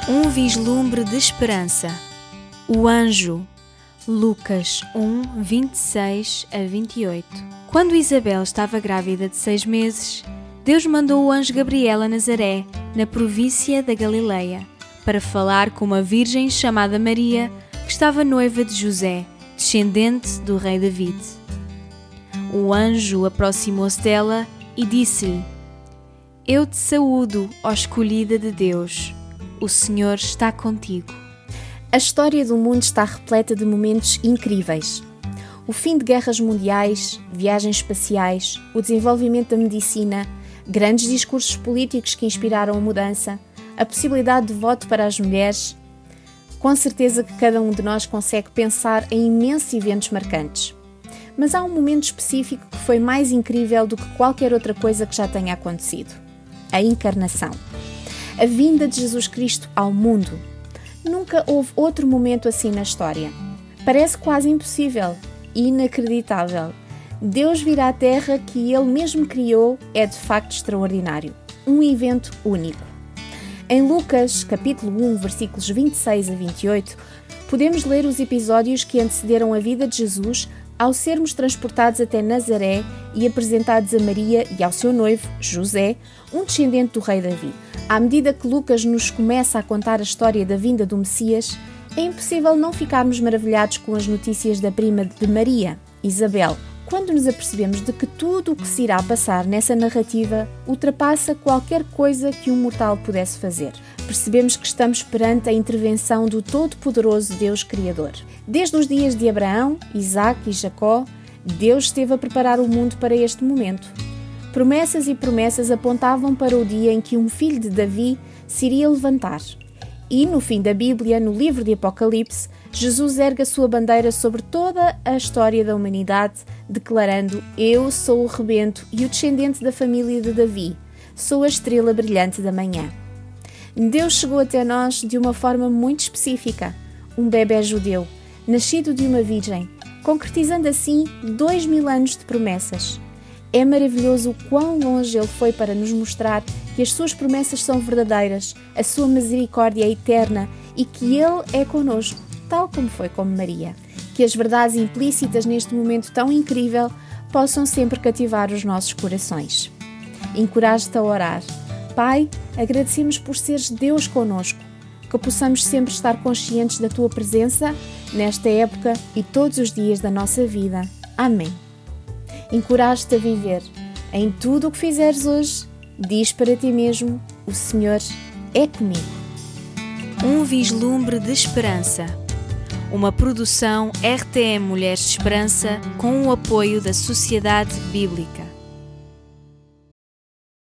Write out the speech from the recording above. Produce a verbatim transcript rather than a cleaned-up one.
Um vislumbre de esperança. O anjo. Lucas um, vinte e seis a vinte e oito. Quando Isabel estava grávida de seis meses, Deus mandou o anjo Gabriel a Nazaré, na província da Galileia, para falar com uma virgem chamada Maria, que estava noiva de José, descendente do rei David. O anjo aproximou-se dela e disse-lhe: Eu te saúdo, ó escolhida de Deus. O Senhor está contigo. A história do mundo está repleta de momentos incríveis. O fim de guerras mundiais, viagens espaciais, o desenvolvimento da medicina, grandes discursos políticos que inspiraram a mudança, a possibilidade de voto para as mulheres. Com certeza que cada um de nós consegue pensar em imensos eventos marcantes. Mas há um momento específico que foi mais incrível do que qualquer outra coisa que já tenha acontecido. A encarnação. A vinda de Jesus Cristo ao mundo. Nunca houve outro momento assim na história. Parece quase impossível, inacreditável. Deus vir à Terra que Ele mesmo criou é de facto extraordinário. Um evento único. Em Lucas, capítulo um, versículos vinte e seis a vinte e oito, podemos ler os episódios que antecederam a vida de Jesus ao sermos transportados até Nazaré e apresentados a Maria e ao seu noivo, José, um descendente do rei Davi. À medida que Lucas nos começa a contar a história da vinda do Messias, é impossível não ficarmos maravilhados com as notícias da prima de Maria, Isabel, quando nos apercebemos de que tudo o que se irá passar nessa narrativa ultrapassa qualquer coisa que um mortal pudesse fazer. Percebemos que estamos perante a intervenção do todo-poderoso Deus Criador. Desde os dias de Abraão, Isaac e Jacó, Deus esteve a preparar o mundo para este momento. Promessas e promessas apontavam para o dia em que um filho de Davi se iria levantar. E, no fim da Bíblia, no livro de Apocalipse, Jesus ergue a sua bandeira sobre toda a história da humanidade, declarando: Eu sou o rebento e o descendente da família de Davi, sou a estrela brilhante da manhã. Deus chegou até nós de uma forma muito específica, um bebé judeu, nascido de uma virgem, concretizando assim dois mil anos de promessas. É maravilhoso o quão longe Ele foi para nos mostrar que as suas promessas são verdadeiras, a sua misericórdia é eterna e que Ele é conosco, tal como foi com Maria. Que as verdades implícitas neste momento tão incrível possam sempre cativar os nossos corações. Encorajo-te a orar. Pai, agradecemos por seres Deus conosco, que possamos sempre estar conscientes da Tua presença nesta época e todos os dias da nossa vida. Amém. Encorajo-te a viver. Em tudo o que fizeres hoje, diz para ti mesmo: o Senhor é comigo. Um vislumbre de esperança. Uma produção R T M Mulheres de Esperança com o apoio da Sociedade Bíblica.